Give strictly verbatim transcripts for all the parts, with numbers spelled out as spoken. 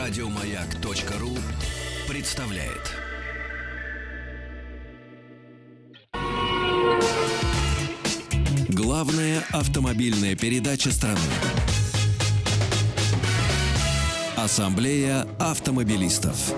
Радиомаяк.ру представляет. Главная автомобильная передача страны. Ассамблея автомобилистов.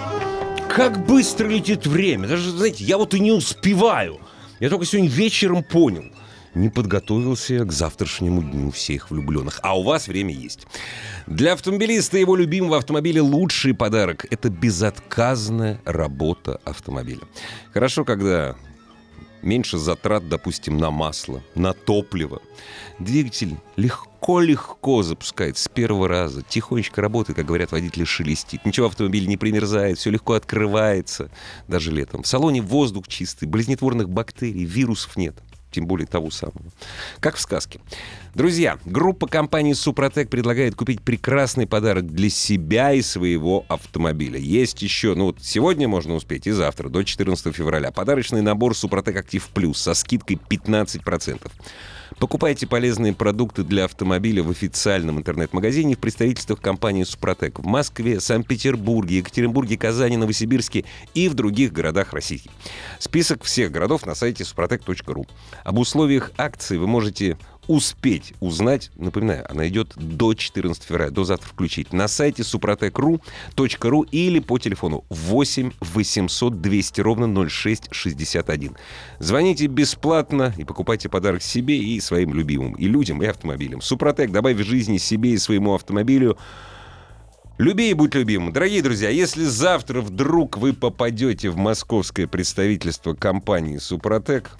Как быстро летит время. Даже, знаете, я вот и не успеваю. Я только сегодня вечером понял. Не подготовился я к завтрашнему дню всех влюбленных. А у вас время есть. Для автомобилиста и его любимого автомобиля лучший подарок – это безотказная работа автомобиля. Хорошо, когда меньше затрат, допустим, на масло, на топливо. Двигатель легко-легко запускает с первого раза. Тихонечко работает, как говорят водители, шелестит. Ничего в автомобиле не примерзает, все легко открывается, даже летом. В салоне воздух чистый, болезнетворных бактерий, вирусов нет. Тем более того самого. Как в сказке. Друзья, группа компании «Супротек» предлагает купить прекрасный подарок для себя и своего автомобиля. Есть еще, ну вот сегодня можно успеть и завтра, до четырнадцатого февраля. Подарочный набор «Супротек Актив Плюс» со скидкой пятнадцать процентов. Покупайте полезные продукты для автомобиля в официальном интернет-магазине в представительствах компании «Супротек» в Москве, Санкт-Петербурге, Екатеринбурге, Казани, Новосибирске и в других городах России. Список всех городов на сайте супротек точка ру. Об условиях акции вы можете успеть узнать, напоминаю, она идет до четырнадцатого февраля, до завтра включить, на сайте супротек точка ру или по телефону восемь восемьсот двести ровно ноль шесть шестьдесят один. Звоните бесплатно и покупайте подарок себе и своим любимым, и людям, и автомобилям. Супротек, добавь в жизни себе и своему автомобилю. Люби и будь любимым. Дорогие друзья, если завтра вдруг вы попадете в московское представительство компании «Супротек»,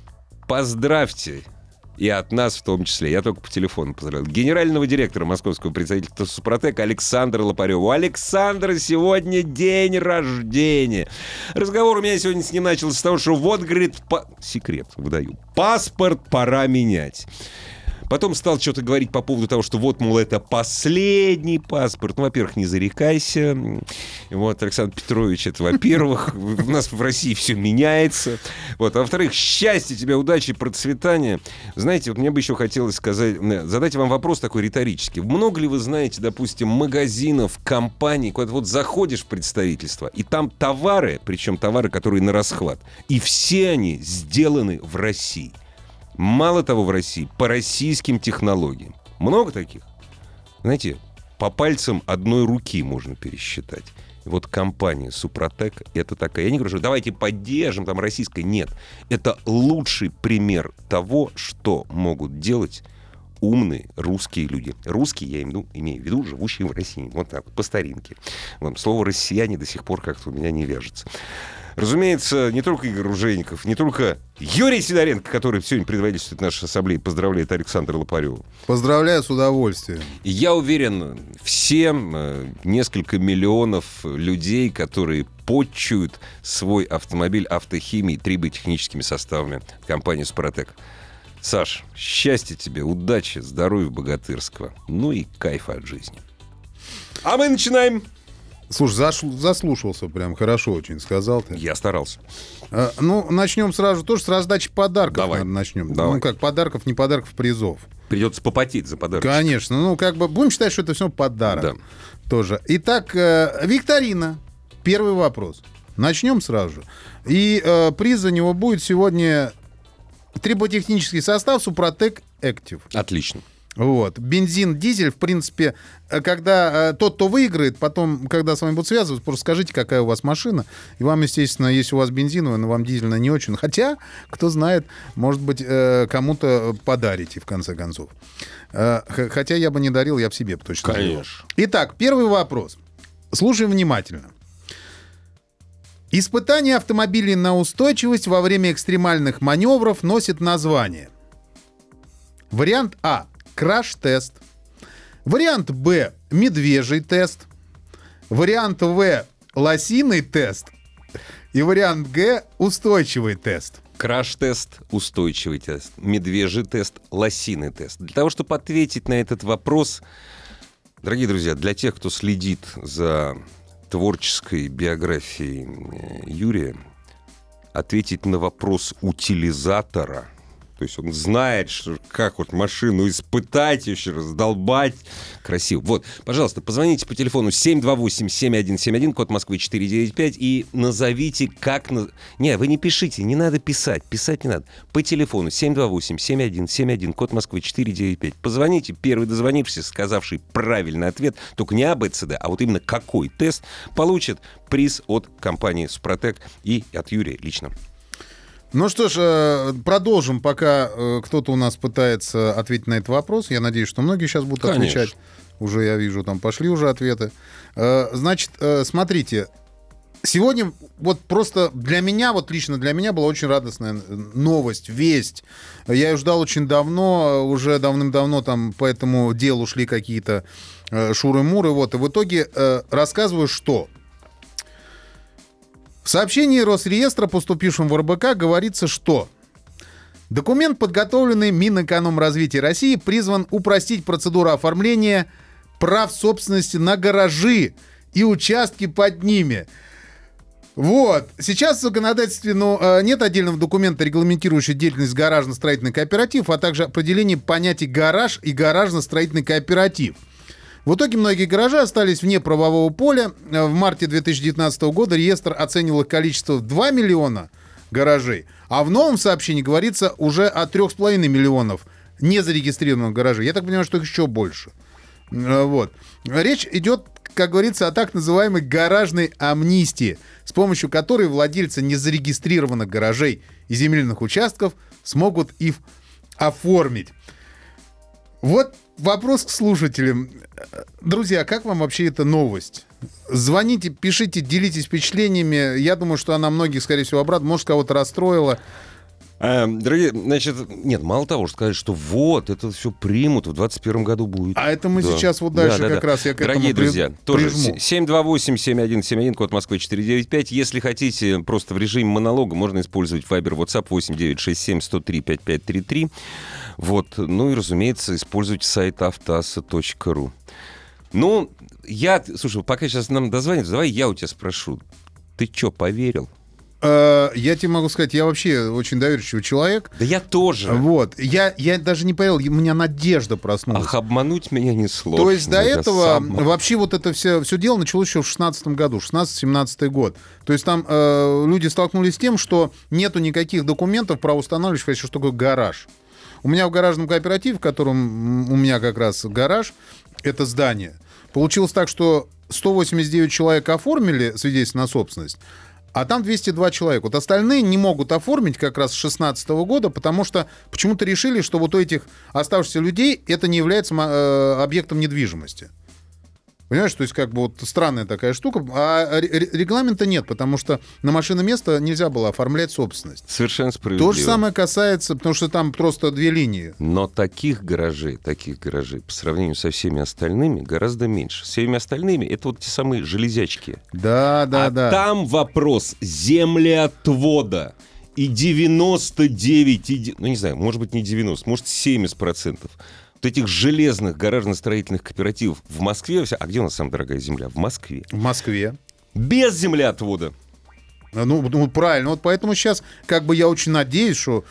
поздравьте. И от нас в том числе. Я только по телефону поздравляю. Генерального директора московского представительства «Супротек» Александра Лопарева. У Александра сегодня день рождения. Разговор у меня сегодня с ним начался с того, что вот, говорит, по... секрет выдаю. Паспорт пора менять. Потом стал что-то говорить по поводу того, что вот, мол, это последний паспорт. Ну, во-первых, не зарекайся. Вот, Александр Петрович, это во-первых. У нас в России все меняется. Вот, а во-вторых, счастья тебе, удачи, процветания. Знаете, вот мне бы еще хотелось сказать, задать вам вопрос такой риторический. Много ли вы знаете, допустим, магазинов, компаний, куда ты вот заходишь в представительство, и там товары, причем товары, которые на расхват, и все они сделаны в России. Мало того, в России по российским технологиям. Много таких? Знаете, по пальцам одной руки можно пересчитать. И вот компания «Супротек» — это такая. Я не говорю, что давайте поддержим там российское. Нет. Это лучший пример того, что могут делать умные русские люди. Русские, я имею, имею в виду, живущие в России. Вот так, по старинке. Вот, слово «россияне» до сих пор как-то у меня не вяжется. Разумеется, не только Игорь Ружейников, не только Юрий Сидоренко, который сегодня предводительствует нашей ассамблеи, поздравляет Александра Лопарева. Поздравляю с удовольствием. Я уверен, все несколько миллионов людей, которые почуют свой автомобиль автохимией, триботехническими составами компании «Супротек». Саш, счастья тебе, удачи, здоровья богатырского, ну и кайфа от жизни. А мы начинаем. Слушай, заш... заслушался прям, хорошо очень сказал ты. Я старался. А, ну, начнем сразу тоже с раздачи подарков. Давай. Наверное, начнем. Давай. Ну, как подарков, не подарков, призов. Придется попотеть за подарок. Конечно. Ну, как бы будем считать, что это все подарок. Да. Тоже. Итак, э, викторина. Первый вопрос. Начнем сразу же. И э, приз за него будет сегодня триботехнический состав «Супротек Актив». Отлично. Вот. Бензин, дизель, в принципе, когда э, тот, кто выиграет, потом, когда с вами будут связываться, просто скажите, какая у вас машина. И вам, естественно, если у вас бензиновая, но вам дизельная не очень. Хотя, кто знает, может быть, э, кому-то подарите, в конце концов. Э, хотя я бы не дарил, я бы себе точно дарил. Конечно. Итак, первый вопрос. Слушаем внимательно. Испытание автомобилей на устойчивость во время экстремальных маневров носит название. Вариант А. Краш-тест. Вариант Б. Медвежий тест. Вариант В. Лосиный тест. И вариант Г. Устойчивый тест. Краш-тест, устойчивый тест, медвежий тест, лосиный тест. Для того, чтобы ответить на этот вопрос, дорогие друзья, для тех, кто следит за творческой биографией Юрия, ответить на вопрос утилизатора, То есть он знает, что, как вот машину испытать, еще раздолбать. Красиво. Вот, пожалуйста, позвоните по телефону семь два восемь семь один семь один, код Москвы четыре девять пять, и назовите, как... На... Не, вы не пишите, не надо писать, писать не надо. По телефону семь два восемь семь один семь один, код Москвы четыре девять пять. Позвоните, первый дозвонившийся, сказавший правильный ответ, только не А, Б, С, Д, а вот именно какой тест, получит приз от компании «Супротек» и от Юрия лично. Ну что ж, продолжим, пока кто-то у нас пытается ответить на этот вопрос. Я надеюсь, что многие сейчас будут Конечно. отвечать. Уже я вижу, там пошли уже ответы. Значит, смотрите, сегодня вот просто для меня, вот лично для меня была очень радостная новость, весть. Я ее ждал очень давно, уже давным-давно там по этому делу шли какие-то шуры-муры. Вот, и в итоге рассказываю, что... В сообщении Росреестра, поступившем в эр бэ ка, говорится, что документ, подготовленный Минэкономразвития России, призван упростить процедуру оформления прав собственности на гаражи и участки под ними. Вот. Сейчас в законодательстве ну, нет отдельного документа, регламентирующего деятельность гаражно-строительный кооператив, а также определения понятий гараж и гаражно-строительный кооператив. В итоге многие гаражи остались вне правового поля. В марте две тысячи девятнадцатого года реестр оценивал их количество в два миллиона гаражей, а в новом сообщении говорится уже о трёх с половиной миллионов незарегистрированных гаражей. Я так понимаю, что их еще больше. Вот. Речь идет, как говорится, о так называемой гаражной амнистии, с помощью которой владельцы незарегистрированных гаражей и земельных участков смогут их оформить. Вот вопрос к слушателям. Друзья, как вам вообще эта новость? Звоните, пишите, делитесь впечатлениями. Я думаю, что она многих, скорее всего, обрадует. Может, кого-то расстроила. А, дорогие, значит, нет, мало того, что сказать, что вот, это все примут, в двадцать первом году будет. А это мы да. сейчас вот дальше да, да, как да. раз я к Дорогие этому друзья, при... тоже прижму. семь два восемь семь один семь один, код Москвы четыре девять пять. Если хотите, просто в режиме монолога можно использовать Viber, WhatsApp восемь девять шесть семь сто три пятьдесят пять тридцать три. Вот. Ну и, разумеется, используйте сайт автоаса точка ру. Ну, я... Слушай, пока сейчас нам дозвонится, давай я у тебя спрошу. Ты что, поверил? Я тебе могу сказать, я вообще очень доверчивый человек. Да я тоже. Вот. Я, я даже не поверил, у меня надежда проснулась. Ах, обмануть меня несложно. То есть до Я этого сам... вообще вот это все, все дело началось еще в шестнадцатом году, шестнадцатый-семнадцатый год. То есть там э, люди столкнулись с тем, что нету никаких документов правоустанавливающих, что такое гараж. У меня в гаражном кооперативе, в котором у меня как раз гараж, это здание, получилось так, что сто восемьдесят девять человек оформили свидетельство на собственность, а там двести два человека. Вот остальные не могут оформить как раз с шестнадцатого года, потому что почему-то решили, что вот у этих оставшихся людей это не является э, объектом недвижимости. Понимаешь, то есть как бы вот странная такая штука, а регламента нет, потому что на машинное место нельзя было оформлять собственность. Совершенно справедливо. То же самое касается, потому что там просто две линии. Но таких гаражей, таких гаражей по сравнению со всеми остальными гораздо меньше. С всеми остальными это вот те самые железячки. Да, да, а да. Там вопрос землеотвода. И девяносто девять, и, ну не знаю, может быть не девяносто, может семьдесят процентов вот этих железных гаражно-строительных кооперативов в Москве. А где у нас самая дорогая земля? В Москве. В Москве. Без землеотвода. Ну, ну, правильно. Вот поэтому сейчас, как бы я очень надеюсь, что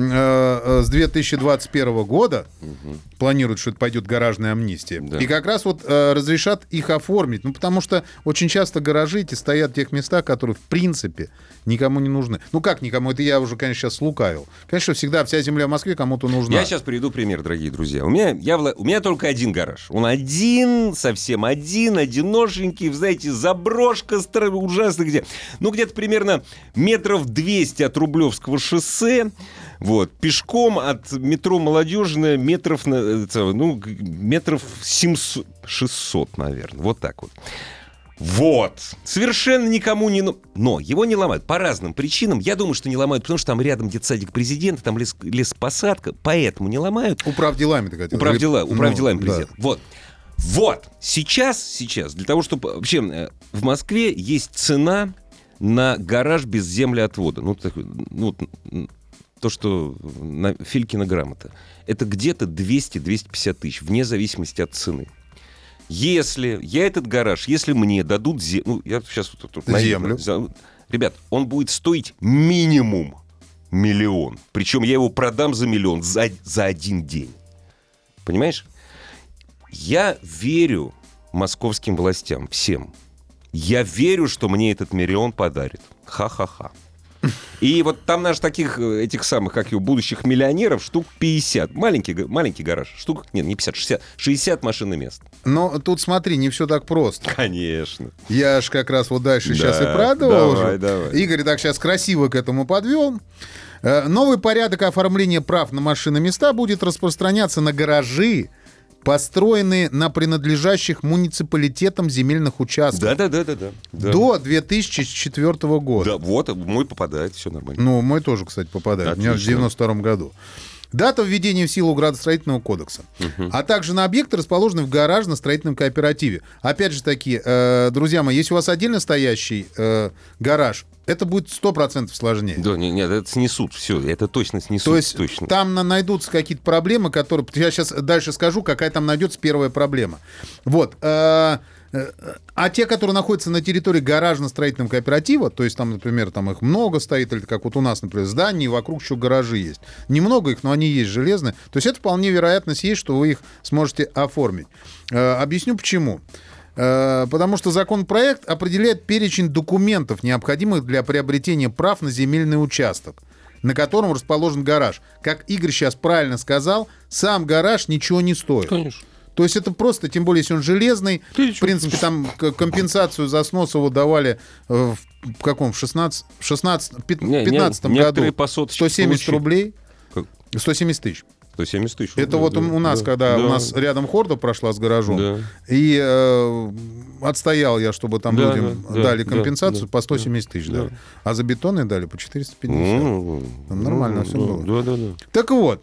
э, с две тысячи двадцать первого года угу. планируют, что это пойдет гаражная амнистия. Да. И как раз вот э, разрешат их оформить. Ну, потому что очень часто гаражи эти стоят в тех местах, которые, в принципе, никому не нужны. Ну, как никому? Это я уже, конечно, сейчас слукавил. Конечно, всегда вся земля в Москве кому-то нужна. Я сейчас приведу пример, дорогие друзья. У меня, я, у меня только один гараж. Он один, совсем один, одиношенький. Знаете, заброшка ужасная где. Ну, где-то примерно примерно метров двести от Рублевского шоссе, вот, пешком от метро Молодежная метров, ну, метров семьсот, шестьсот, наверное, вот так вот. Вот. Совершенно никому не... Но его не ломают по разным причинам. Я думаю, что не ломают, потому что там рядом детсадик президента, там лес... лесопосадка, поэтому не ломают. Управ делами, ты хотел. Управ, дела... Управ ну, делами да. президента. Вот. Вот. Сейчас, сейчас, для того, чтобы... Вообще, в Москве есть цена на гараж без землеотвода. Ну, так, ну то, что на Филькина грамота. Это где-то двести - двести пятьдесят тысяч, вне зависимости от цены. Если я этот гараж, если мне дадут землю... Ну, я сейчас вот тут... Землю. За, ребят, он будет стоить минимум, Миллион. Причем я его продам за миллион за, за один день. Понимаешь? Я верю московским властям, всем. Я верю, что мне этот миллион подарит. Ха-ха-ха. И вот там наш таких, этих самых, как его, будущих миллионеров штук пятьдесят. Маленький, маленький гараж. Штук, нет, не пятьдесят, шестьдесят. шестьдесят машин и мест. Но тут смотри, не все так просто. Конечно. Я ж как раз вот дальше Да, сейчас и продолжу. давай, давай. Игорь так сейчас красиво к этому подвел. Э, Новый порядок оформления прав на машиноместа будет распространяться на гаражи, построенные на принадлежащих муниципалитетам земельных участков. Да-да-да-да. До две тысячи четвёртого года. Да, вот, мой попадает, все нормально. Ну, мой тоже, кстати, попадает. У меня в Отлично. девяносто втором году. Дата введения в силу градостроительного кодекса. Угу. А также на объекты, расположенные в гаражно-строительном кооперативе. Опять же таки, э, друзья мои, если у вас отдельно стоящий э, гараж, это будет сто процентов сложнее. Да, нет, нет, это снесут, все, это точно снесут. То есть точно. там на- найдутся какие-то проблемы, которые... Я сейчас дальше скажу, какая там найдется первая проблема. Вот. э, э, А те, которые находятся на территории гаражно-строительного кооператива, то есть там, например, там их много стоит, или как вот у нас, например, здания, и вокруг еще гаражи есть. Немного их, но они есть железные. То есть это вполне вероятность есть, что вы их сможете оформить. Э, Объясню почему. Э, Потому что законопроект определяет перечень документов, необходимых для приобретения прав на земельный участок, на котором расположен гараж. Как Игорь сейчас правильно сказал, сам гараж ничего не стоит. Конечно. То есть это просто, тем более, если он железный, Ты в принципе, там к- компенсацию за снос его давали э, в каком? В шестнадцатом, шестнадцатом, Не, не, пятнадцатом некоторые году по соточке сто семьдесят получили. рублей, Как? сто семьдесят тысяч. сто семьдесят тысяч. Это да, вот да, у нас, да, когда да. у нас рядом хорда прошла с гаражом, Да. и э, отстоял я, чтобы там Да, людям да, дали да, компенсацию да, по сто семьдесят тысяч да. дали. А за бетонные дали по четыреста пятьдесят. Ну, Там нормально ну, всё да, было. Да, да, да. Так вот,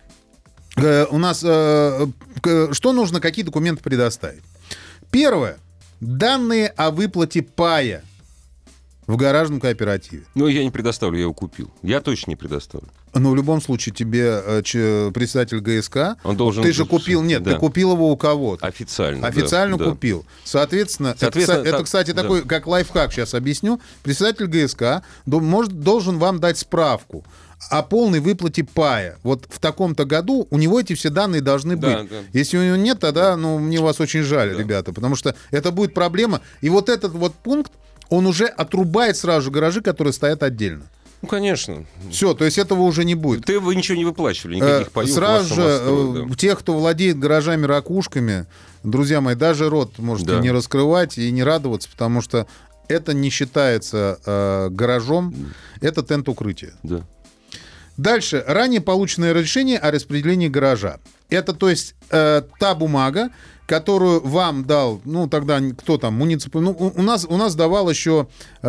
э, у нас э, к- что нужно, какие документы предоставить? Первое. Данные о выплате пая в гаражном кооперативе. Ну, я не предоставлю, я его купил. Я точно не предоставлю. Но в любом случае тебе э, че- председатель ГСК, Он должен... ты же купил, нет, Да. ты купил его у кого-то. Официально. да, Официально да. купил. Соответственно, Соответственно, это, кса- это, так, кстати, да. такой, как лайфхак, сейчас объясню. Председатель ГСК до- может, должен вам дать справку о полной выплате пая. Вот в таком-то году у него эти все данные должны Да, быть. да. Если у него нет, тогда, ну, мне вас очень жаль, Да. ребята, потому что это будет проблема. И вот этот вот пункт, он уже отрубает сразу же гаражи, которые стоят отдельно. Ну, конечно. Все, то есть этого уже не будет. Ты, вы ничего не выплачивали, никаких Э, паёв. Сразу же, вас самострой, э, да. тех, кто владеет гаражами-ракушками, друзья мои, даже рот можете Да. не раскрывать и не радоваться, потому что это не считается э, гаражом, это тент укрытия. Да. Дальше. Ранее полученное разрешение о распределении гаража. Это, то есть, э, та бумага, которую вам дал, ну, тогда кто там, муниципальный... Ну, у, у нас, у нас давал еще... Э,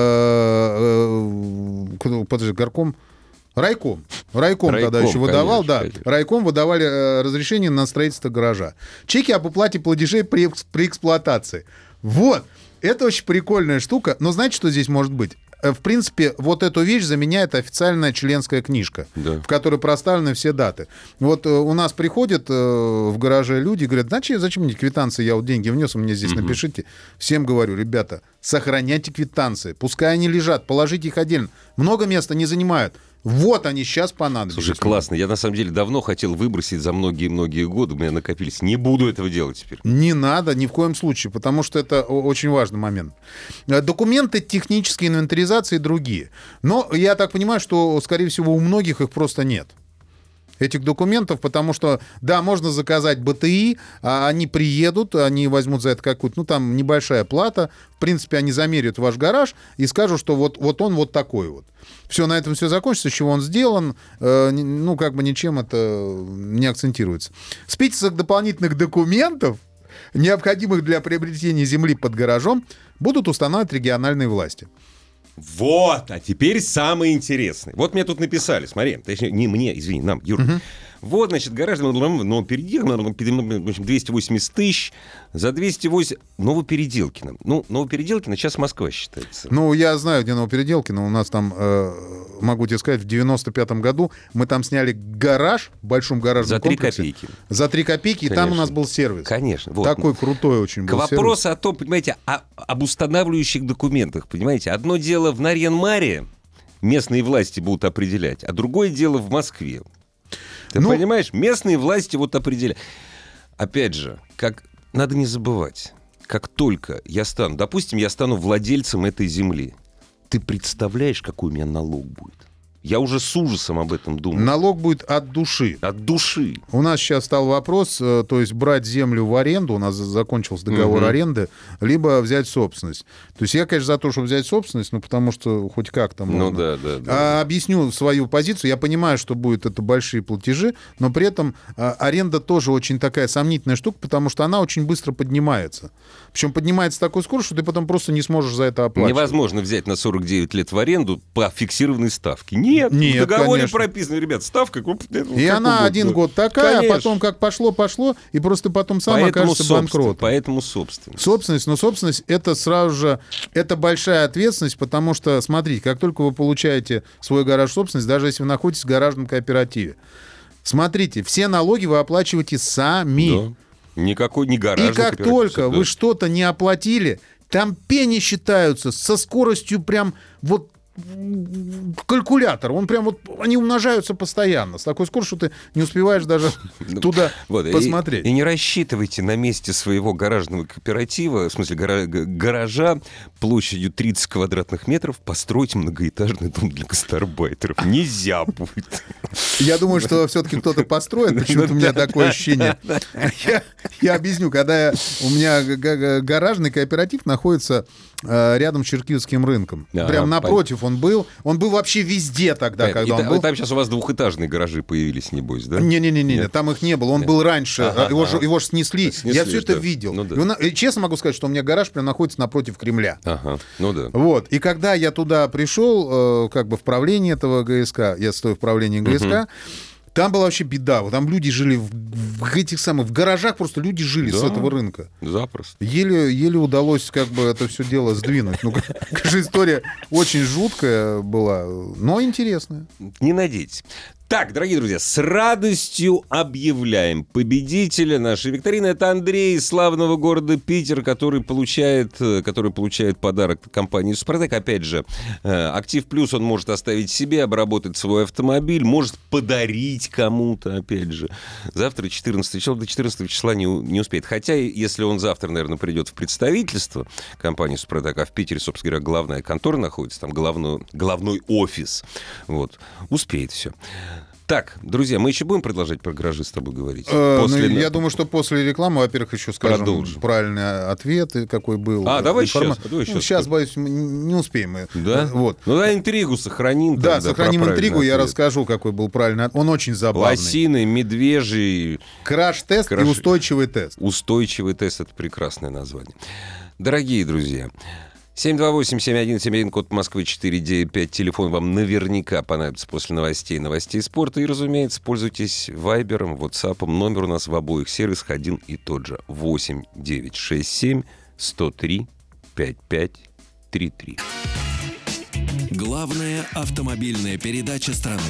э, э, кто- подожди, горком... Райком. Райком, Райком, тогда еще выдавал, конечно, да. конечно. Райком выдавали э, разрешение на строительство гаража. Чеки об уплате платежей при, экс- при эксплуатации. Вот. Это очень прикольная штука. Но знаете, что здесь может быть? Э, В принципе, вот эту вещь заменяет официальная членская книжка, Да. в которой проставлены все даты. Вот э, у нас приходят э, в гараже люди и говорят, зачем, зачем мне квитанции, я вот деньги внес, вы мне здесь Мгм. напишите. Всем говорю, ребята, сохраняйте квитанции, пускай они лежат, положите их отдельно. Много места не занимают. Вот они сейчас понадобятся. Слушай, классно. Я на самом деле давно хотел выбросить за многие-многие годы. У меня накопились. Не буду этого делать теперь. Не надо ни в коем случае, потому что это о- очень важный момент. Э, Документы технической инвентаризации другие. Но я так понимаю, что, скорее всего, у многих их просто нет. Этих документов, потому что, да, можно заказать БТИ, а они приедут, они возьмут за это какую-то, ну, там небольшая плата, в принципе, они замерят ваш гараж и скажут, что вот, вот он вот такой вот. Все, на этом все закончится, с чего он сделан, э, ни- ну, как бы ничем это не акцентируется. Список дополнительных документов, необходимых для приобретения земли под гаражом, будут устанавливать региональные власти. Вот, а теперь самое интересное. Вот мне тут написали, смотри, точнее, не мне, извини, нам, Юр. Мгм. Вот, значит, гараж, но переделки, двести восемьдесят тысяч, за двести восемьдесят... Новопеределкино. Ну, Новопеределкино сейчас Москва считается. Ну, я знаю, где Новопеределкино. У нас там, э, могу тебе сказать, в девяносто пятом году мы там сняли гараж в большом гаражном За три комплексе. копейки. За три копейки, и там Конечно. у нас был сервис. Конечно. Вот. Такой крутой очень К был вопросу о том, понимаете, о- об устанавливающих документах, понимаете, одно дело в Нарьян-Маре, местные власти будут определять, а другое дело в Москве. Ты Ну- понимаешь, местные власти вот определяют. Опять же, как надо не забывать, как только я стану, допустим, я стану владельцем этой земли, ты представляешь, какой у меня налог будет? Я уже с ужасом об этом думаю. Налог будет от души. От души. У нас сейчас стал вопрос, э, то есть брать землю в аренду, у нас закончился договор Мгм. аренды, либо взять собственность. То есть я, конечно, за то, чтобы взять собственность, ну, потому что хоть как-то можно. Ну да, да, да. А, объясню свою позицию. Я понимаю, что будет это большие платежи, но при этом а, аренда тоже очень такая сомнительная штука, потому что она очень быстро поднимается. Причем поднимается с такой скоростью, что ты потом просто не сможешь за это оплачивать. Невозможно взять на сорок девять лет в аренду по фиксированной ставке. Нет, Нет, в договоре конечно. прописано, ребят, ставка... как- И как она угодно. один год такая, Конечно. а потом как пошло-пошло, и просто потом сам Поэтому окажется собственно, банкротом. Поэтому собственность. Собственность, но собственность это сразу же, это большая ответственность, потому что, смотрите, как только вы получаете свой гараж собственность, даже если вы находитесь в гаражном кооперативе, смотрите, все налоги вы оплачиваете сами. Да. Никакой не гаражный И как кооператив, только да. вы что-то не оплатили, там пени считаются со скоростью прям вот калькулятор. Он прям вот, они умножаются постоянно. С такой скоростью ты не успеваешь даже туда Вот, и- посмотреть. И, не рассчитывайте на месте своего гаражного кооператива, в смысле гара- г- гаража площадью тридцать квадратных метров, построить многоэтажный дом для гастарбайтеров. Нельзя будет. Я думаю, что все-таки кто-то построит. Почему-то у меня такое ощущение. Я, я объясню. Когда я, у меня га- га- гаражный кооператив находится э, рядом с Черкизским рынком. Ага, Прям напротив он был. Он был вообще везде тогда, И когда та- он был. Там сейчас у вас двухэтажные гаражи появились, небось, да? Не-не-не, Нет? там их не было. Он был раньше. Ага, его, же, ага. его же снесли. Снесли, Я все это да. видел. Ну да. И он- и честно могу сказать, что у меня гараж прям находится напротив Кремля. Ага, ну да. Вот. И когда я туда пришел, э, как бы в правление этого ГСК, я стою в правлении ГСК, там была вообще беда. Вот там люди жили в, в этих самых, в гаражах просто люди жили с Да. этого рынка. Запросто. Еле, еле удалось как бы это все дело сдвинуть. Ну, конечно, история очень жуткая была, но интересная. Не надейтесь. Так, дорогие друзья, с радостью объявляем победителя нашей викторины. Это Андрей из славного города Питер, который получает, э, который получает подарок от компании «Супротек». Опять же, э, «Актив Плюс» он может оставить себе, обработать свой автомобиль, может подарить кому-то, опять же. Завтра, четырнадцатого числа, до четырнадцатого числа не, у- не успеет. Хотя, если он завтра, наверное, придет в представительство компании «Супротек», а в Питере, собственно говоря, главная контора находится, там главной, главной офис, вот, успеет все. Так, друзья, мы еще будем продолжать про гаражи с тобой говорить? Э, ну, После- я думаю, что после рекламы, во-первых, еще скажем Продолжим. правильный ответ, и какой был. А, давай Информа- сейчас, давай Ну, сейчас. сейчас, боюсь, мы не успеем. мы. Да? Э, Вот. Ну, да, интригу сохраним. Да, тогда сохраним про правильный интригу, я ответ. расскажу, какой был правильный ответ. Он очень забавный. Лосиный, медвежий, Краш-тест Краш- и устойчивый тест. устойчивый тест — это прекрасное название. Дорогие друзья, семь два восемь семь один семь один, код Москвы четыре девять пять. Телефон вам наверняка понадобится после новостей, новостей спорта. И, разумеется, пользуйтесь Вайбером, Ватсапом. Номер у нас в обоих сервисах один и тот же. восемь девятьсот шестьдесят семь сто три пятьдесят пять тридцать три. Главная автомобильная передача страны.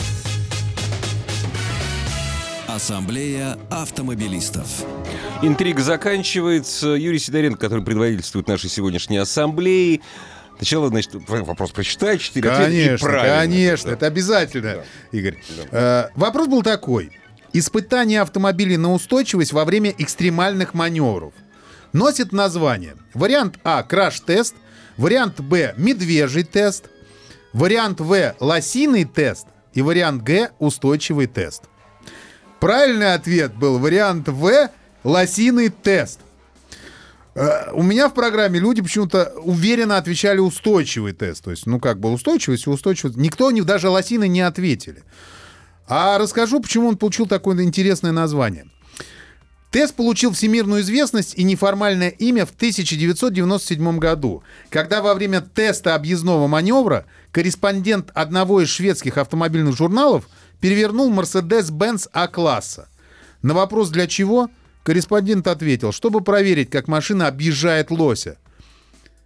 Ассамблея автомобилистов. Интрига заканчивается. Юрий Сидоренко, который предводительствует нашей сегодняшней ассамблеи. Сначала, значит, вопрос прочитай, четыре ответа и Конечно, правильно. конечно, Да. это обязательно, Игорь. Э, вопрос был такой. Испытание автомобилей на устойчивость во время экстремальных маневров носит название. Вариант А – краш-тест, вариант Б – медвежий тест, вариант В – лосиный тест и вариант Г – устойчивый тест. Правильный ответ был вариант В – лосиный тест. Э, У меня в программе люди почему-то уверенно отвечали устойчивый тест. То есть, ну, как бы устойчивость и устойчивость. Никто, не, даже лосины не ответили. А расскажу, почему он получил такое интересное название. Тест получил всемирную известность и неформальное имя в тысяча девятьсот девяносто седьмом году, когда во время теста объездного маневра корреспондент одного из шведских автомобильных журналов перевернул Mercedes-Benz А-класса. На вопрос «для чего?» корреспондент ответил, чтобы проверить, как машина объезжает лося.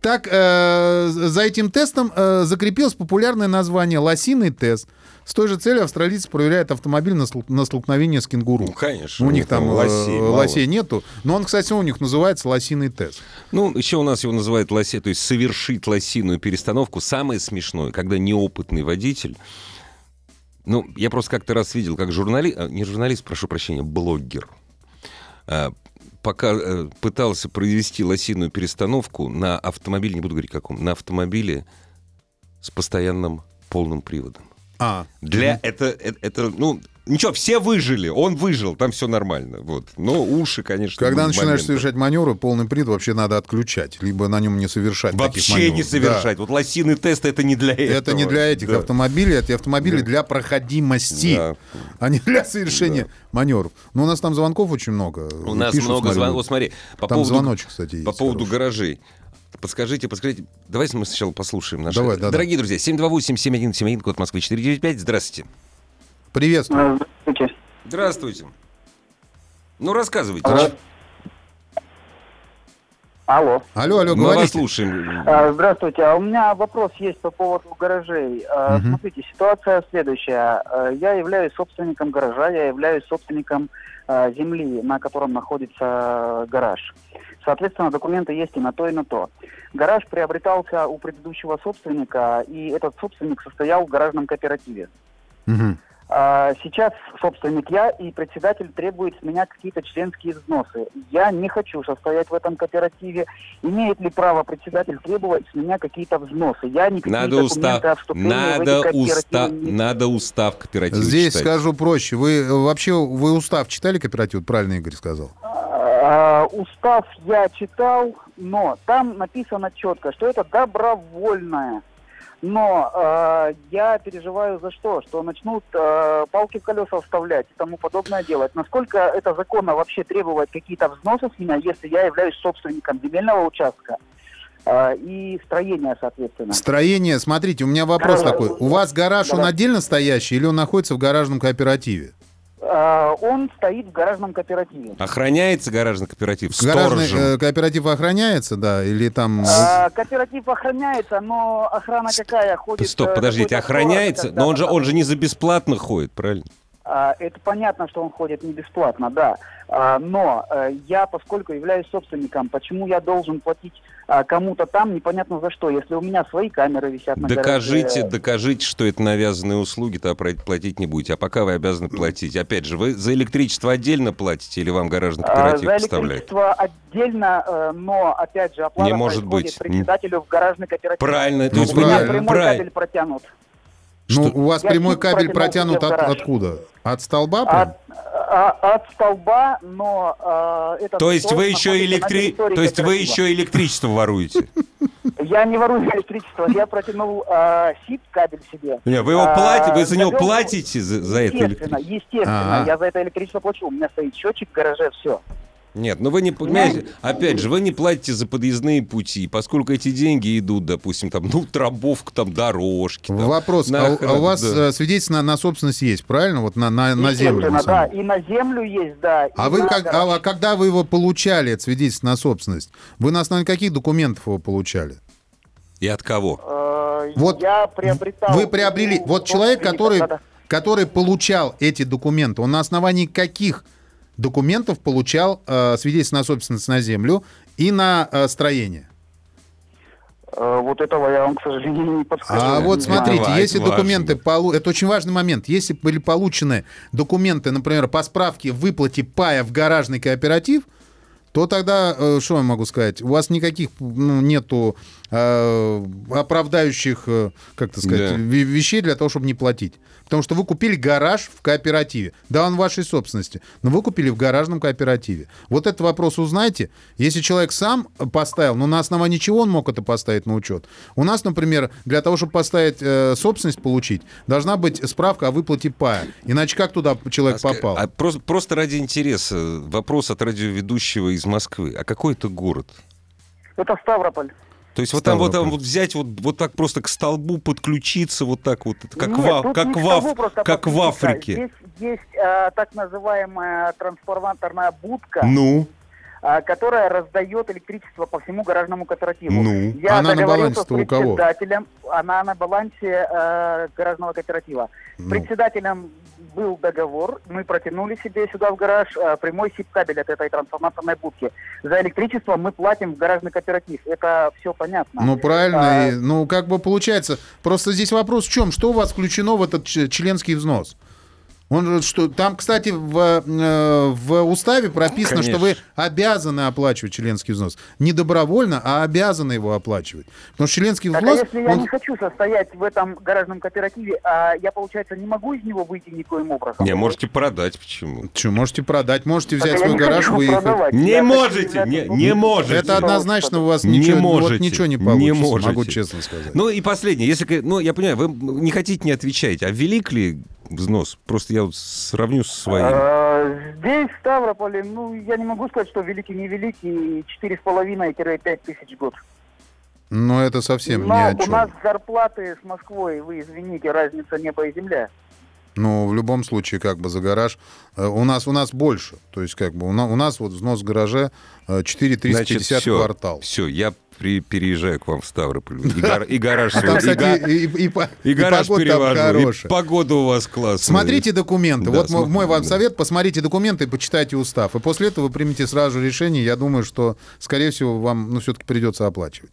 Так, э, за этим тестом э, закрепилось популярное название «лосиный тест». С той же целью австралийцы проверяют автомобиль на, стол- на столкновение с кенгуру. Ну, конечно. У них там лосей, э, мало. лосей нету. Но он, кстати, у них называется «лосиный тест». Ну, еще у нас его называют лосе, то есть совершить лосиную перестановку. Самое смешное, когда неопытный водитель... Ну, я просто как-то раз видел, как журналист... Не журналист, прошу прощения, блогер. А, пока а, пытался произвести лосиную перестановку на автомобиле, не буду говорить каком, на автомобиле с постоянным полным приводом. А. Для Mm-hmm. это, это, это, ну, ничего, все выжили, он выжил, там все нормально. Вот. Но уши, конечно... Когда были начинаешь моменты. совершать маневры, полный привод вообще надо отключать, либо на нем не совершать таких Вообще маневров. не совершать. Да. Вот лосиный тест — это не для этого. Это не для этих Да. автомобилей, это автомобили Да. для проходимости, Да. а не для совершения Да. маневров. Но у нас там звонков очень много. У нас Пишут, много смотрю. звонков. Смотри, по Там поводу, звоночек, кстати, есть по поводу хороший. гаражей. Подскажите, подскажите. Давайте мы сначала послушаем наши... Давай, да, Дорогие друзья, семь два восемь семь один семь один, код Москвы четыре девять пять. Здравствуйте. Приветствую. Здравствуйте. Здравствуйте. Ну, рассказывайте. Алло. Алло. Алло, алло, Мы вас говорите. слушаем. А, Здравствуйте. А у меня вопрос есть по поводу гаражей. А, Мгм. Смотрите, ситуация следующая. А, Я являюсь собственником гаража, я являюсь собственником а, земли, на котором находится гараж. Соответственно, документы есть и на то, и на то. Гараж приобретался у предыдущего собственника, и этот собственник состоял в гаражном кооперативе. Мгм. А, Сейчас собственник я, и председатель требует с меня какие-то членские взносы. Я не хочу состоять в этом кооперативе. Имеет ли право председатель требовать с меня какие-то взносы? Я никакие Надо документы устав, о вступлении в надо, эти кооперативы уста, не- надо устав кооператива Здесь читать. скажу проще. Вы э, вообще вы устав читали кооператив? Правильно Игорь сказал. А, Устав я читал, но там написано четко, что это добровольное. Но э, я переживаю за что? Что начнут э, палки в колеса вставлять и тому подобное делать. Насколько это законно вообще требовать какие-то взносы с меня, если я являюсь собственником земельного участка э, и строения, соответственно? Строение, смотрите, у меня вопрос Да. такой. У вас гараж, он Да. отдельно стоящий или он находится в гаражном кооперативе? Э, он стоит в гаражном кооперативе. Охраняется гаражный кооператив Гаражный сторожем? э, кооператив охраняется, да, или там... А, кооператив охраняется, но охрана какая ходит? Стоп, э, подождите, какой-то сторож, охраняется? когда Но он же, там- он же не за бесплатно ходит, правильно? А, это понятно, что он ходит не бесплатно, да. А, но э, я, поскольку являюсь собственником, почему я должен платить а, кому-то там непонятно за что, если у меня свои камеры висят на Докажите, гараже? докажите, что это навязанные услуги, то платить не будете. А пока вы обязаны платить. Опять же, вы за электричество отдельно платите или вам гаражный А, кооператив за поставляет? электричество отдельно, э, но, опять же, оплата Не может происходит быть. председателю в гаражный кооператив. Правильно, то Ну, есть вы правильно. не... Прямой правильно. кабель протянут. Ну, Что? у вас Я прямой чуть кабель протянул протянут себе в от- гараж. откуда? От столба прям? От, а- от столба, но э, этот То есть столб вы еще, находится на электри... территории То есть вы кооператива. еще электричество воруете? Я не ворую электричество, я протянул э, сип кабель себе. Не, вы его А, платите, вы за него завел- платите за, за это Естественно, электричество? естественно, Ага. я за это электричество плачу. У меня стоит счетчик в гараже, все. Нет, ну вы не понимаете, опять же, вы не платите за подъездные пути, поскольку эти деньги идут, допустим, там, ну, трамбовку, там, дорожки. Там, Вопрос. на А, у- а охрану, у вас да. э, свидетельство на, на собственность есть, правильно? Вот на, на, на землю. на да, самом- и на землю есть, да. А и вы на как, гараж. а, а когда вы его получали, это свидетельство на собственность, вы на основании каких документов его получали? И от кого? Э, Вот я приобретал... Вы приобрели... у Вот человек, собственника, который, да-да. который получал эти документы, он на основании каких документов получал э, свидетельство на собственность на землю и на э, строение? Э, Вот этого я вам, к сожалению, не подскажу. А я вот не знаю. смотрите, Давай, если важно. документы... полу- Это очень важный момент. Если были получены документы, например, по справке в выплате пая в гаражный кооператив, то тогда, э, что я могу сказать, у вас никаких ну, нету э, оправдающих, э, как это сказать, Да. ве- вещей для того, чтобы не платить. Потому что вы купили гараж в кооперативе. Да, он в вашей собственности, но вы купили в гаражном кооперативе. Вот этот вопрос узнайте. Если человек сам поставил, но на основании чего он мог это поставить на учет? У нас, например, для того, чтобы поставить э, собственность получить, должна быть справка о выплате пая. Иначе как туда человек А ска- попал? а просто, просто ради интереса, вопрос от радиоведущего из Москвы. А какой это город? Это Ставрополь. То есть вот там, вот там Ставрополь. вот взять, вот, вот так просто к столбу подключиться, вот так вот, это как, Нет, в, тут как, не к в, Аф- столбу просто как в подключиться. Африке. Здесь есть э, так называемая трансформаторная будка. Ну, Э, а, которая раздает электричество по всему гаражному кооперативу. Ну, Я она на договорился балансе-то с у кого? председателем, она на балансе э, гаражного кооператива. С Ну. председателем был договор, мы протянули себе сюда в гараж э, прямой сип-кабель от этой трансформаторной будки. За электричество мы платим в гаражный кооператив. Это все понятно. Ну, правильно. А, и, ну, как бы получается. Просто здесь вопрос в чем? Что у вас включено в этот ч- членский взнос? Он же что, там, кстати, в, э, в уставе прописано, Конечно. что вы обязаны оплачивать членский взнос. Не добровольно, а обязаны его оплачивать. Потому что членский Так, а взнос... если я он- не хочу состоять в этом гаражном кооперативе, а я, получается, не могу из него выйти никоим образом? Не, можете продать, почему? Чё, можете продать, можете Так, взять а я свой не гараж, хочу выехать. продавать. Не Я хочу можете, являться не, собственником. не можете. Это однозначно у вас Не ничего, можете. вот ничего не Не получится, можете. могу честно сказать. Ну и последнее, если, ну я понимаю, вы не хотите, не отвечаете, а велик ли взнос? Просто я вот сравню с своим. А, Здесь, в Ставрополе, ну, я не могу сказать, что великий, не великий, четыре с половиной - пять тысяч в год. Но это совсем Но ни о у чем. нас зарплаты с Москвой, вы извините, разница небо и земля. Ну, в любом случае, как бы за гараж э, у нас у нас больше. То есть, как бы у, на- у нас вот взнос в гараже э, четыре триста пятьдесят все, квартал. Все, я при- переезжаю к вам в Ставрополь. И, гар- и гараж А там, свой, и кстати, га- и, и- и по- и и гараж погода там перевожу, и хорошая. погода у вас классная. Смотрите документы. Да, вот мой- смотрю, мой вам да. совет: посмотрите документы и почитайте устав. И после этого вы примете сразу же решение. Я думаю, что, скорее всего, вам ну, все-таки придется оплачивать.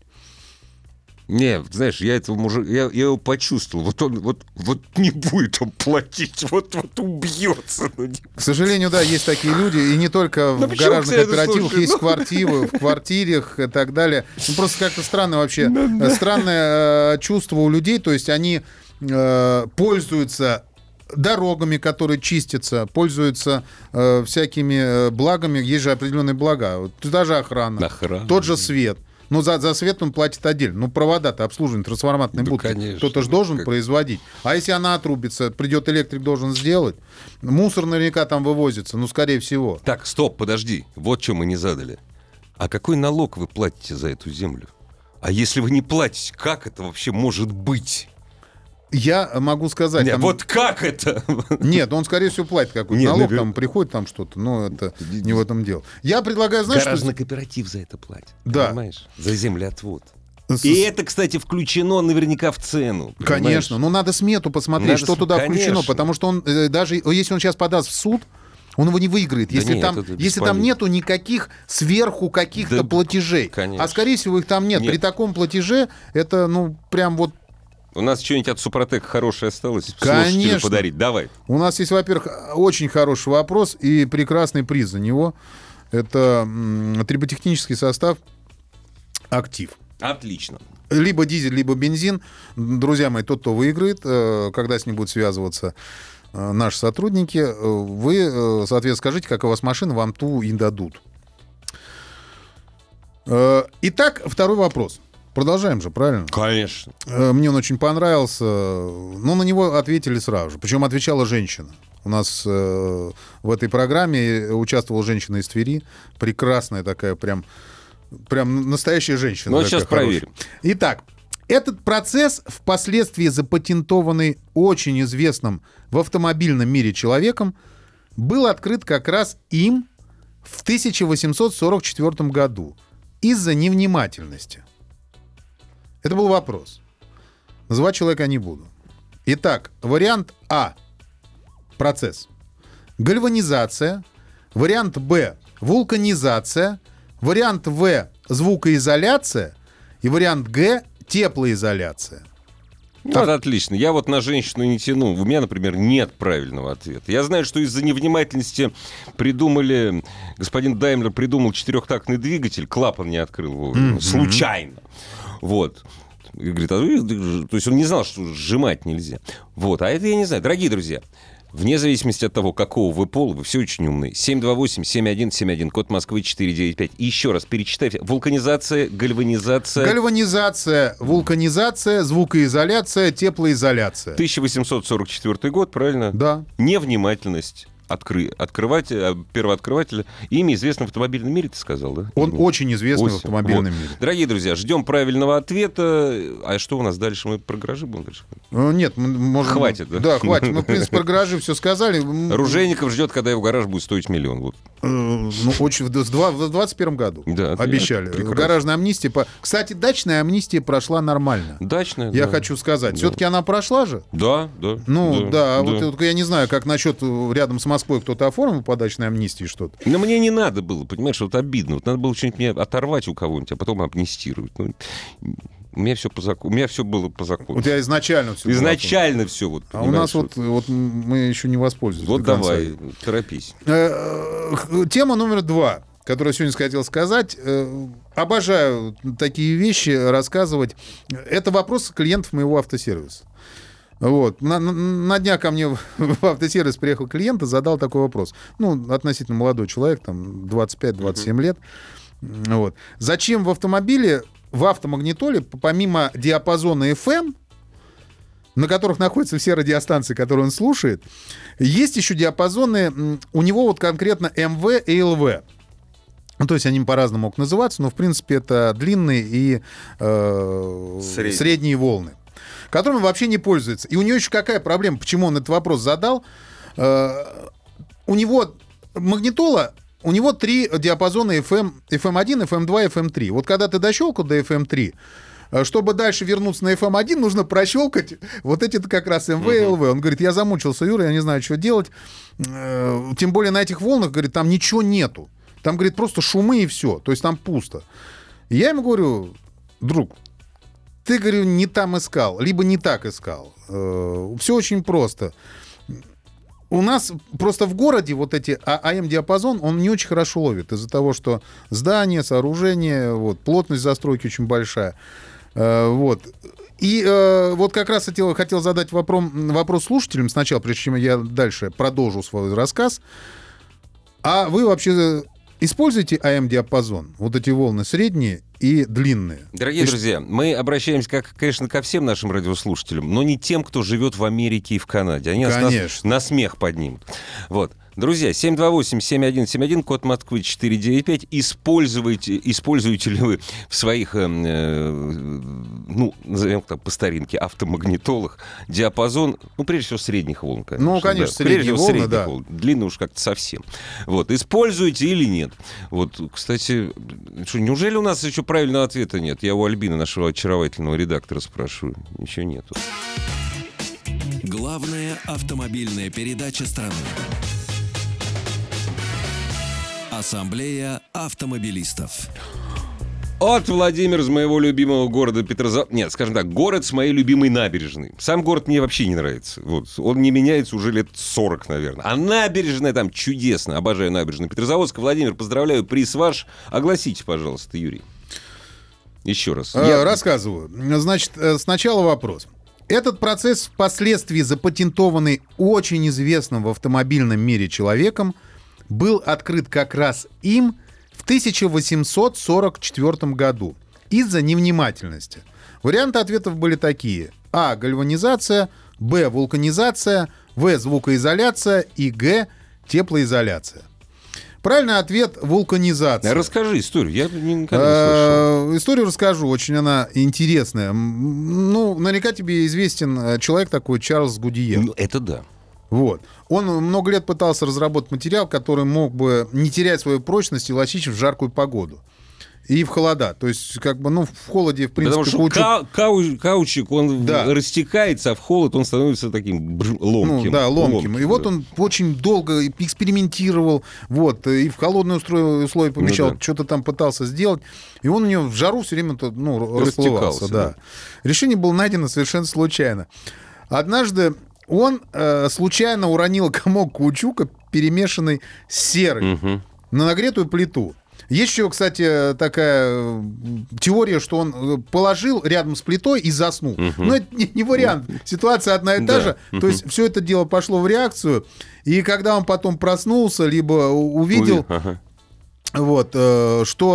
Не, знаешь, я этого мужика, я, я его почувствовал. Вот он вот, вот не будет он платить, вот, вот убьется. Ну, не- К сожалению, да, есть такие люди, и не только Ну, в почему, гаражных кстати, кооперативах, слушай, есть ну. квартиры, в квартирах и так далее. Ну, просто как-то странно вообще, э, странное э, чувство у людей, то есть они э, пользуются дорогами, которые чистятся, пользуются э, всякими э, благами, есть же определенные блага, вот, туда же охрана, Охрана. тот же свет. Ну, за, за свет он платит отдельно. Ну, провода-то обслуживание трансформаторной Да, будки конечно. кто-то же должен Как- производить. А если она отрубится, придет электрик, должен сделать. Мусор наверняка там вывозится, ну, скорее всего. Так, стоп, подожди. Вот что мы не задали. А какой налог вы платите за эту землю? А если вы не платите, как это вообще может быть? Я могу сказать... Не, там- вот как это? Нет, он, скорее всего, платит какой-то Нет, налог, навер- там приходит там что-то, но это не в этом дело. Я предлагаю, знаешь, что... Гаражный кооператив за это платит. Да. Понимаешь? За землеотвод. С- И это, кстати, включено наверняка в цену. понимаешь? Конечно, но надо смету посмотреть, Надо что с- туда конечно. включено, потому что он, э, даже если он сейчас подаст в суд, он его не выиграет, Да если, нет, там, это если там бесполезно. нету никаких сверху каких-то Да, платежей. конечно. А скорее всего их там нет. Нет. При таком платеже это, ну, прям вот... У нас что-нибудь от Супротека хорошее осталось? Конечно. Слушателю подарить. Давай. У нас есть, во-первых, очень хороший вопрос и прекрасный приз за него. Это м, триботехнический состав «Актив». Отлично. Либо дизель, либо бензин. Друзья мои, тот, кто выиграет, э, когда с ним будут связываться э, наши сотрудники, э, вы, э, соответственно, скажите, какая у вас машина, вам ту и дадут. Э, Итак, второй вопрос. Продолжаем же, правильно? Конечно. Э, Мне он очень понравился. Но на него ответили сразу же. Причем отвечала женщина. У нас э, в этой программе участвовала женщина из Твери. Прекрасная такая, прям, прям настоящая женщина. Ну, такая сейчас хорошая. проверим. Итак, этот процесс, впоследствии запатентованный очень известным в автомобильном мире человеком, был открыт как раз им в тысяча восемьсот сорок четвёртом году из-за невнимательности. Это был вопрос. Называть человека не буду. Итак, вариант А. Процесс. Гальванизация. Вариант Б. Вулканизация. Вариант В. Звукоизоляция. И вариант Г. Теплоизоляция. Ну, это отлично. Я вот на женщину не тяну. У меня, например, нет правильного ответа. Я знаю, что из-за невнимательности придумали... Господин Даймлер придумал четырехтактный двигатель, клапан не открыл вовремя. Мгм. Случайно. Вот. И говорит, а вы- то есть он не знал, что сжимать нельзя. Вот. А это я не знаю. Дорогие друзья, вне зависимости от того, какого вы пола, вы все очень умные. семь два восемь семь один семь один, код Москвы четыре девять пять. И еще раз перечитайте. Вулканизация, гальванизация... Гальванизация, вулканизация, звукоизоляция, теплоизоляция. тысяча восемьсот сорок четвёртый год, правильно? Да. Невнимательность. откры... открывателя, первооткрывателя, имя известно в автомобильном мире, ты сказал, да? Он имя? очень известный Осень. в автомобильном Вот. мире. Дорогие друзья, ждем правильного ответа. А что у нас дальше? Мы про гаражи будем дальше? Ну, нет, мы можем... Хватит, да? Да, хватит. Мы, в принципе, про гаражи все сказали. Оружейников ждет, когда его гараж будет стоить миллион. Вот. Э, Ну, очень... В два- в двадцать первом году Да, обещали. прекрасно. Гаражная амнистия. по- Кстати, дачная амнистия прошла нормально. Дачная. Я да. хочу сказать. Да. Все-таки она прошла же? Да, да. Ну, да, да. вот, вот я не знаю, как насчет э, рядом с Москвой кто-то оформил по дачной амнистии что-то. Но мне не надо было, понимаешь, вот обидно. Вот надо было что-нибудь мне оторвать у кого-нибудь, а потом амнистировать. Ну, у меня все по закону. У меня все было по закону. У тебя изначально все Изначально все вот. А у нас вот, вот мы еще не воспользовались. Вот до конца. давай, торопись. Э, э, Тема номер два, которую я сегодня хотел сказать. Э, Обожаю такие вещи рассказывать. Это вопрос клиентов моего автосервиса. Вот. На, на, на днях ко мне в, в автосервис приехал клиент и задал такой вопрос. Ну, относительно молодой человек, там, двадцать пять - двадцать семь лет. Вот. Зачем в автомобиле, в автомагнитоле, помимо диапазона эф эм, на которых находятся все радиостанции, которые он слушает, есть еще диапазоны, м, у него вот конкретно эм вэ и эл вэ. Ну, то есть они по-разному могут называться, но, в принципе, это длинные и э, Средние. средние волны, которыми вообще не пользуется. И у него еще какая проблема, почему он этот вопрос задал? Э, у него магнитола, у него три диапазона эф эм, эф эм один, эф эм два, эф эм три. Вот когда ты дощелкал до эф эм три, чтобы дальше вернуться на эф эм один, нужно прощелкать вот эти как раз эм вэ и эл вэ. Он говорит, я замучился, Юра, я не знаю, что делать. Э, Тем более на этих волнах, говорит, там ничего нету. Там, говорит, просто шумы и все. То есть там пусто. И я ему говорю, друг, ты, говорю, не там искал, либо не так искал. Э, Все очень просто. У нас просто в городе вот эти а эм-диапазон, он не очень хорошо ловит из-за того, что здание, сооружение, вот, плотность застройки очень большая. Э, Вот. И э, вот как раз хотел, хотел задать вопрос, вопрос слушателям сначала, прежде чем я дальше продолжу свой рассказ. А вы вообще используете а эм-диапазон? Вот эти волны средние и длинные. Дорогие И друзья, мы обращаемся, как, конечно, ко всем нашим радиослушателям, но не тем, кто живет в Америке и в Канаде. Они нас Конечно. на, на смех поднимут. Вот. Друзья, семь два восемь семь один семь один, код Москвы четыре девять пять. Используете, используете ли вы в своих, э, э, ну, назовем так по старинке, автомагнитолах диапазон, ну, прежде всего, средних волн, конечно. Ну, конечно, да. средние Прежде всего, волны, средних да. волн. Длинные уж как-то совсем. Вот. Используете или нет? Вот, кстати, что, неужели у нас еще правильного ответа нет? Я у Альбины, нашего очаровательного редактора, спрашиваю. Ничего нету. Главная автомобильная передача страны. Ассамблея автомобилистов. От Владимира из моего любимого города Петрозаводска. Нет, скажем так, город с моей любимой набережной. Сам город мне вообще не нравится. Вот. Он не меняется уже лет сорок, наверное. А набережная там чудесно. Обожаю набережную Петрозаводска. Владимир, поздравляю, приз ваш. Огласите, пожалуйста, Юрий. Еще раз. Э, Я- Рассказываю. Значит, э, сначала вопрос. Этот процесс впоследствии запатентованный очень известным в автомобильном мире человеком, был открыт как раз им в тысяча восемьсот сорок четвёртом году из-за невнимательности. Варианты ответов были такие. А. Гальванизация. Б. Вулканизация. В. Звукоизоляция. И Г. Теплоизоляция. Правильный ответ — вулканизация. Расскажи историю. Я никогда не слышал. Э, Историю расскажу, очень она интересная. М, Ну, наверняка тебе известен э, человек такой Чарльз Гудьер. Ну, это да. Вот. Он много лет пытался разработать материал, который мог бы не терять свою прочность и лощить в жаркую погоду. И в холода. То есть, как бы, ну, в холоде, в принципе, Потому что каучук- ка- кау- каучик, он Да. растекается, а в холод он становится таким бр- ломким. Ну, да, ломким. И вот да. он очень долго экспериментировал, вот, и в холодные устро- условия помещал, Ну да. что-то там пытался сделать. И он у него в жару все время ну, расплывался. Растекался, Да. да. Решение было найдено совершенно случайно. Однажды он э, случайно уронил комок каучука, перемешанный с серой, Мгм. на нагретую плиту. Есть еще, кстати, такая э, теория, что он э, положил рядом с плитой и заснул. Но это не, не вариант. Ситуация одна и та Да. же. То есть все это дело пошло в реакцию. И когда он потом проснулся, либо у- увидел, Уви- ага. вот, э, что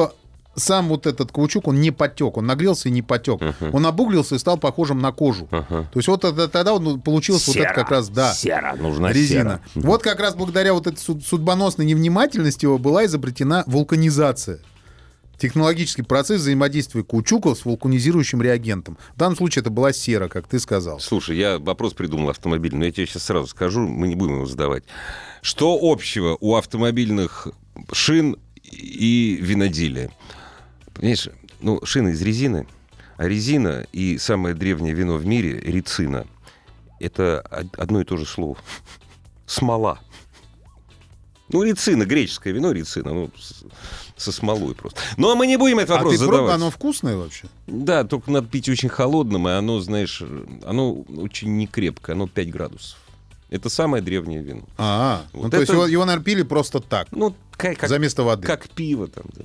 сам вот этот каучук, он не потек, он нагрелся и не потек. Uh-huh. Он обуглился и стал похожим на кожу. Uh-huh. То есть вот это, тогда он получилось вот это как раз, да, сера, нужна резина. сера. Вот как раз благодаря вот этой судьбоносной невнимательности его была изобретена вулканизация. Технологический процесс взаимодействия каучуков с вулканизирующим реагентом. В данном случае это была сера, как ты сказал. Слушай, я вопрос придумал автомобильный, но я тебе сейчас сразу скажу, мы не будем его задавать. Что общего у автомобильных шин и виноделия? Понимаешь, ну, шины из резины, а резина и самое древнее вино в мире, рецина, это одно и то же слово. Смола. Ну, рецина, греческое вино, рецина, ну, со смолой просто. Ну, а мы не будем этот вопрос а ты задавать. пробуй, оно вкусное вообще? Да, только надо пить очень холодным, и оно, знаешь, оно очень некрепкое, оно пять градусов. Это самое древнее вино. А, вот ну, то это... есть его, его, наверное, пили просто так, ну, как, как, за место воды. Как пиво там, да.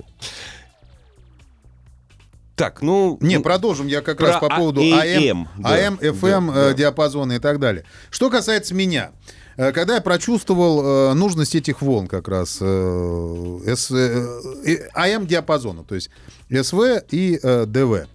Так, ну... Не, продолжим я как раз по поводу эй эм, эй эм, эф эм да, да. диапазона и так далее. Что касается меня, когда я прочувствовал нужность этих волн как раз эй эм диапазона, то есть эс вэ и дэ вэ.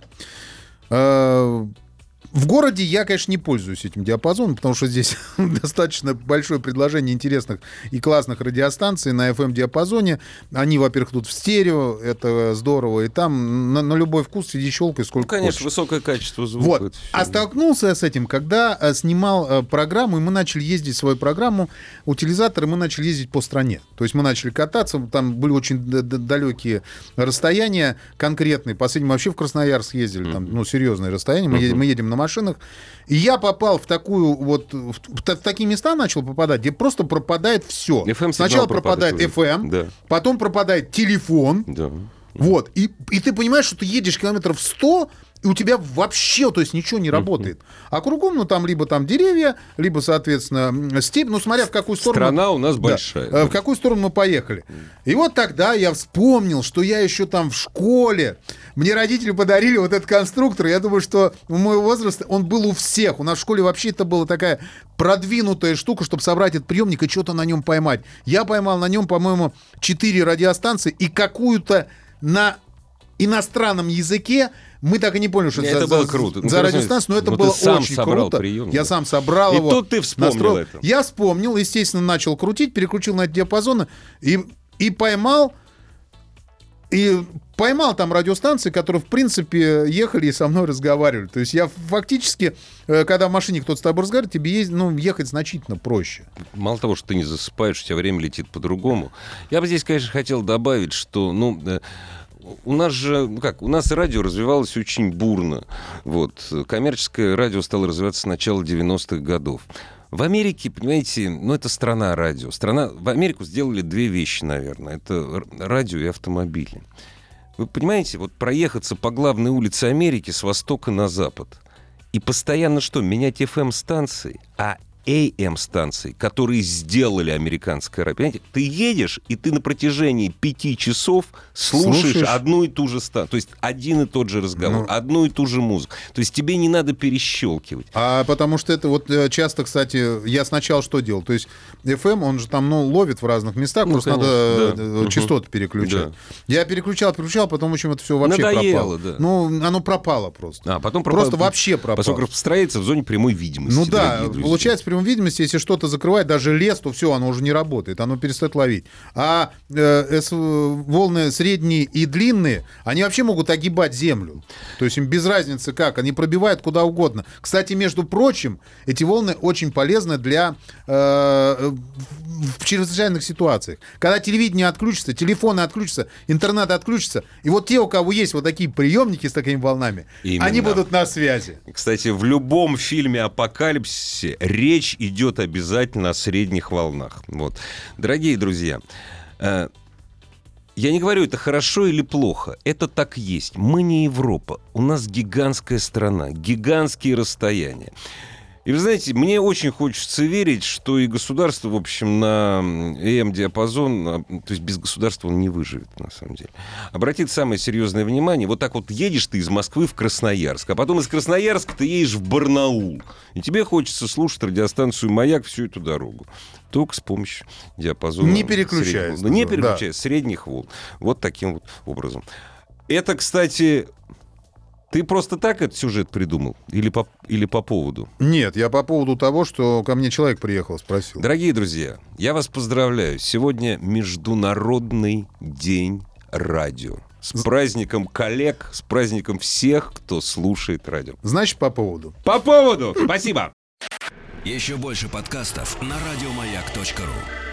В городе я, конечно, не пользуюсь этим диапазоном, потому что здесь достаточно большое предложение интересных и классных радиостанций на эф эм-диапазоне. Они, во-первых, тут в стерео, это здорово, и там на, на любой вкус сиди щелкай сколько ну, конечно, хочешь. Высокое качество звука. Вот. А столкнулся я с этим, когда снимал программу, и мы начали ездить свою программу, утилизаторы, мы начали ездить по стране. То есть мы начали кататься, там были очень далекие расстояния конкретные. Последним вообще в Красноярск ездили, там, ну, серьезные расстояния. Мы, uh-huh. едем, мы едем на машинах. И я попал в такую вот... В, в, в такие места начал попадать, где просто пропадает все. эф эм Сначала пропадает эф эм, да. Потом пропадает телефон. Да. Вот. И, и ты понимаешь, что ты едешь километров сто, и у тебя вообще, то есть, ничего не работает. А кругом, ну, там либо там деревья, либо, соответственно, степь. Ну, смотря в какую сторону... Страна у нас да, большая. Да. В какую сторону мы поехали. И вот тогда я вспомнил, что я еще там в школе. Мне родители подарили вот этот конструктор. Я думаю, что в мой возраст он был у всех. У нас в школе вообще это была такая продвинутая штука, чтобы собрать этот приемник и что-то на нем поймать. Я поймал на нем, по-моему, четыре радиостанции и какую-то на иностранном языке. Мы так и не поняли, что это за, было за, круто. за радиостанцию, но это но было сам очень собрал круто. Прием, я да. сам собрал и его. И тут ты вспомнил настроил. это. Я вспомнил, естественно, начал крутить, переключил на эти диапазоны и, и поймал, и поймал там радиостанции, которые, в принципе, ехали и со мной разговаривали. То есть я фактически, когда в машине кто-то с тобой разговаривает, тебе есть, ну, ехать значительно проще. Мало того, что ты не засыпаешь, у тебя время летит по-другому. Я бы здесь, конечно, хотел добавить, что, ну... У нас же, ну как, у нас радио развивалось очень бурно. Вот. Коммерческое радио стало развиваться с начала девяностых годов. В Америке, понимаете, ну это страна радио. Страна... В Америку сделали две вещи, наверное. Это радио и автомобили. Вы понимаете, вот проехаться по главной улице Америки с востока на запад и постоянно что, менять эф эм-станции, а эй эм-станции, которые сделали американское радио. Понимаете, ты едешь, и ты на протяжении пяти часов слушаешь, слушаешь одну и ту же станцию. То есть один и тот же разговор, ну... одну и ту же музыку. То есть тебе не надо перещелкивать. А потому что это вот часто, кстати, я сначала что делал? То есть эф эм, он же там, ну, ловит в разных местах, ну, просто конечно, надо да. частоты угу. переключать. Да. Я переключал, переключал, потом, в общем, это все вообще надоело, пропало. Да. Ну, оно пропало просто. А, потом пропало. Просто вообще пропало. Поскольку распространяется в зоне прямой видимости. Ну да, получается, в прямой видимости, если что-то закрывает, даже лес, то все, оно уже не работает, оно перестает ловить. А э, эс, волны средние и длинные, они вообще могут огибать землю. То есть им без разницы как, они пробивают куда угодно. Кстати, между прочим, эти волны очень полезны для э, в чрезвычайных ситуациях. Когда телевидение отключится, телефоны отключатся, интернет отключится, и вот те, у кого есть вот такие приемники с такими волнами, именно. Они будут на связи. Кстати, в любом фильме «Апокалипсисе» речь идет обязательно о средних волнах. Вот. Дорогие друзья, э, я не говорю, это хорошо или плохо. Это так есть. Мы не Европа. У нас гигантская страна, гигантские расстояния. И вы знаете, мне очень хочется верить, что и государство, в общем, на эй эм-диапазон, то есть без государства он не выживет, на самом деле. Обратит самое серьезное внимание, вот так вот едешь ты из Москвы в Красноярск, а потом из Красноярска ты едешь в Барнаул, и тебе хочется слушать радиостанцию «Маяк» всю эту дорогу. Только с помощью диапазона. Не переключаясь. Не переключаясь, да. Средних волн. Вот таким вот образом. Это, кстати, ты просто так этот сюжет придумал? Или по, или по поводу? Нет, я по поводу того, что ко мне человек приехал, спросил. Дорогие друзья, я вас поздравляю. Сегодня Международный день радио. С праздником коллег, с праздником всех, кто слушает радио. Значит, по поводу. По поводу! Спасибо! Еще больше подкастов на радиомаяк точка ру.